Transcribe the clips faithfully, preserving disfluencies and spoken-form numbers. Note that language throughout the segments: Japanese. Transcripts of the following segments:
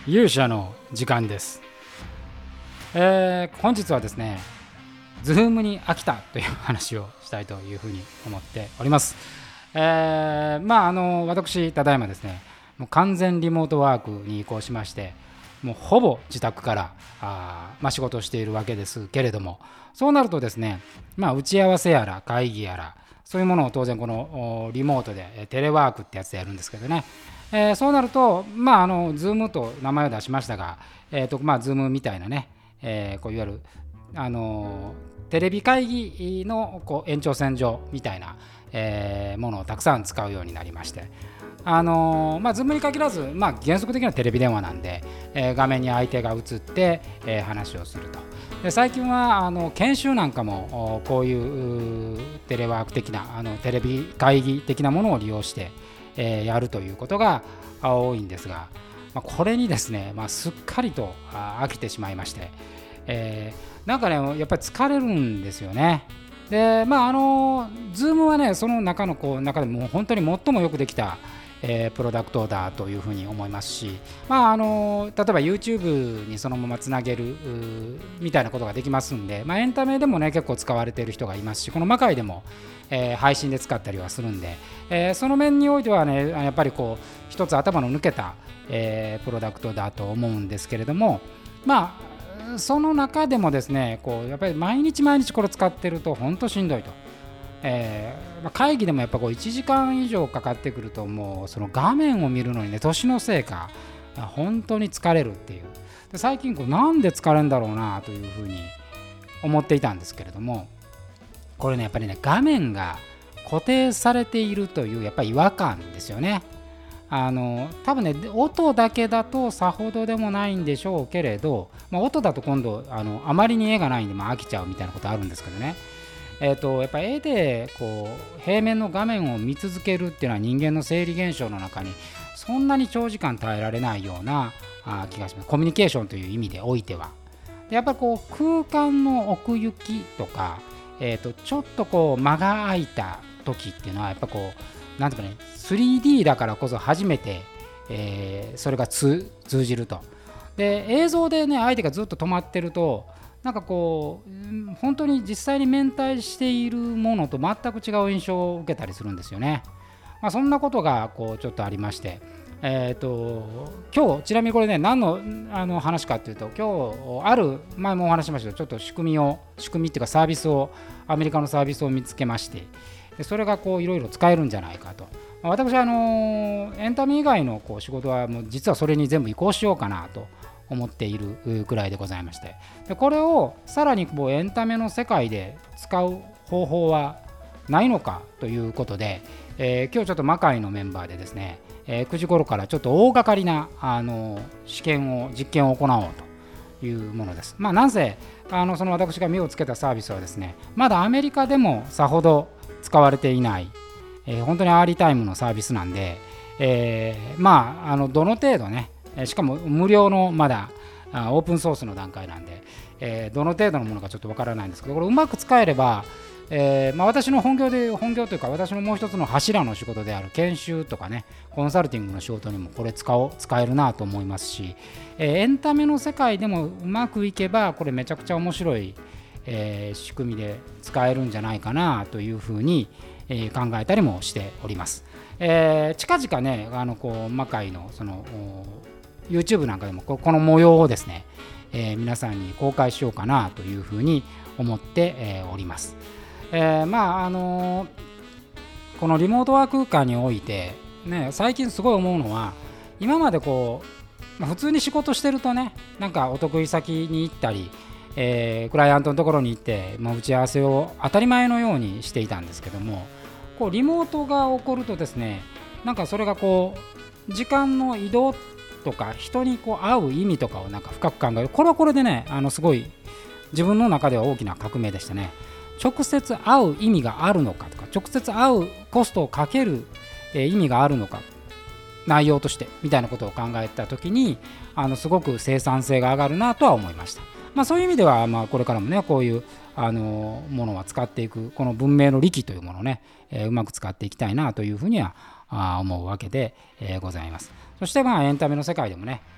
勇者の時間です。えー、本日はですね、ズームに飽きたという話をしたいというふうに思っております。えー、まああの私ただいまですね、もう完全リモートワークに移行しまして、もうほぼ自宅からあ、まあ、仕事をしているわけですけれども、そうなるとですね、まあ、打ち合わせやら会議やらそういうものを当然このリモートでテレワークってやつでやるんですけどね、えー、そうなると、まあ、あの Zoom と名前を出しましたが、えーとまあ、Zoom みたいなね、えー、こういわゆるあのテレビ会議のこう延長線上みたいな、えー、ものをたくさん使うようになりまして、あのまあ、Zoom に限らず、まあ、原則的なテレビ電話なんで、えー、画面に相手が映って、えー、話をすると。で最近はあの研修なんかもこういうテレワーク的なあのテレビ会議的なものを利用して、えー、やるということが多いんですが、まあ、これにですね、まあ、すっかりと飽きてしまいまして、えー、なんかねやっぱり疲れるんですよね。でまああの Zoom はねその中のこう中でも本当に最もよくできたえー、プロダクトだというふうに思いますし、まあ、あの例えば YouTube にそのままつなげるみたいなことができますんで、まあ、エンタメでもね結構使われている人がいますし、この魔界でも、えー、配信で使ったりはするんで、えー、その面においてはねやっぱりこう一つ頭の抜けた、えー、プロダクトだと思うんですけれども、まあその中でもですねこうやっぱり毎日毎日これ使ってると本当しんどいと。えーまあ、会議でもやっぱこういちじかん以上かかってくるともうその画面を見るのにね年のせいか本当に疲れるっていう。で最近こうなんで疲れるんだろうなというふうに思っていたんですけれども、これねやっぱりね画面が固定されているというやっぱり違和感ですよね。あの多分ね音だけだとさほどでもないんでしょうけれど、まあ、音だと今度 あのあまりに絵がないんで、まあ、飽きちゃうみたいなことあるんですけどね、えー、とやっぱ絵でこう平面の画面を見続けるっていうのは人間の生理現象の中にそんなに長時間耐えられないようなあ気がします。コミュニケーションという意味でおいては。でやっぱりこう空間の奥行きとか、えー、とちょっとこう間が空いた時っていうのはやっぱこうなんていうかね スリーディー だからこそ初めて、えー、それが通じると。で映像でね相手がずっと止まってるとなんかこう本当に実際に面対しているものと全く違う印象を受けたりするんですよね。まあ、そんなことがこうちょっとありまして、えー、と今日ちなみにこれね何の、あの話かっていうと、今日ある前もお話しましたちょっと仕組みを仕組みっていうかサービスをアメリカのサービスを見つけまして、でそれがこういろいろ使えるんじゃないかと。まあ、私はあのエンタメ以外のこう仕事はもう実はそれに全部移行しようかなと思っているくらいでございまして、でこれをさらにこうエンタメの世界で使う方法はないのかということで、えー、今日ちょっと魔界のメンバーでですね、えー、くじ頃からちょっと大掛かりなあの試験を実験を行おうというものです。まあなんせあのその私が目をつけたサービスはですねまだアメリカでもさほど使われていない、えー、本当にアーリータイムのサービスなんで、えー、まああのどの程度ねしかも無料のまだオープンソースの段階なんで、えー、どの程度のものかちょっとわからないんですけど、これうまく使えれば、えーまあ、私の本業で本業というか私のもう一つの柱の仕事である研修とかねコンサルティングの仕事にもこれ使おう使えるなと思いますし、えー、エンタメの世界でもうまくいけばこれめちゃくちゃ面白い、えー、仕組みで使えるんじゃないかなというふうに、えー、考えたりもしております。えー、近々ねあのこう魔界のそのYouTube なんかでもこの模様をですね、えー、皆さんに公開しようかなというふうに思って、えー、おります。えー、まああのー、このリモートワーク空間において、ね、最近すごい思うのは今までこう、まあ、普通に仕事してるとねなんかお得意先に行ったり、えー、クライアントのところに行って、まあ、打ち合わせを当たり前のようにしていたんですけども、こうリモートが起こるとですねなんかそれがこう時間の移動とか人にこう会う意味とかをなんか深く考える。これはこれでねあのすごい自分の中では大きな革命でしたね。直接会う意味があるのかとか直接会うコストをかける、えー、意味があるのか内容としてみたいなことを考えたときにあのすごく生産性が上がるなとは思いました。まあ、そういう意味では、まあ、これからもねこういうあのものは使っていくこの文明の利器というものをね、えー、うまく使っていきたいなというふうにはあ思うわけで、えー、ございます。そしてまあエンタメの世界でもね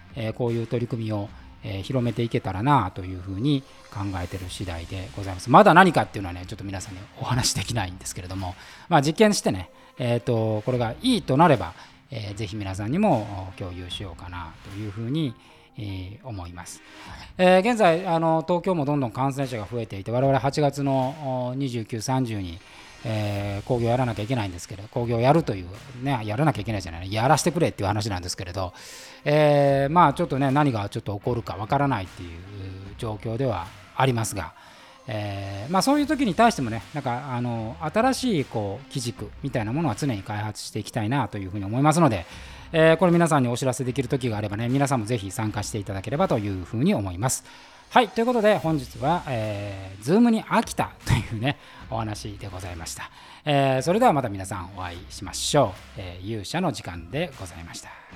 えー、こういう取り組みを、えー、広めていけたらなというふうに考えている次第でございます。まだ何かっていうのはねちょっと皆さんにお話しできないんですけれども、まあ、実験してね、えー、とこれがいいとなれば、えー、ぜひ皆さんにも共有しようかなというふうにえー、思います。えー、現在あの東京もどんどん感染者が増えていて、我々はちがつのにじゅうく、さんじゅうに、えー、興行やらなきゃいけないんですけど、興行やるというね、やらなきゃいけないじゃない、やらせてくれっていう話なんですけれど、えー、まあちょっとね何がちょっと起こるかわからないっていう状況ではありますが、えーまあ、そういう時に対してもね、なんかあの新しいこう基軸みたいなものは常に開発していきたいなというふうに思いますので、えー、これ皆さんにお知らせできる時があればね、皆さんもぜひ参加していただければというふうに思います。はい、ということで本日は、えー、Zoom に飽きたというねお話でございました。えー、それではまた皆さんお会いしましょう。えー、勇者の時間でございました。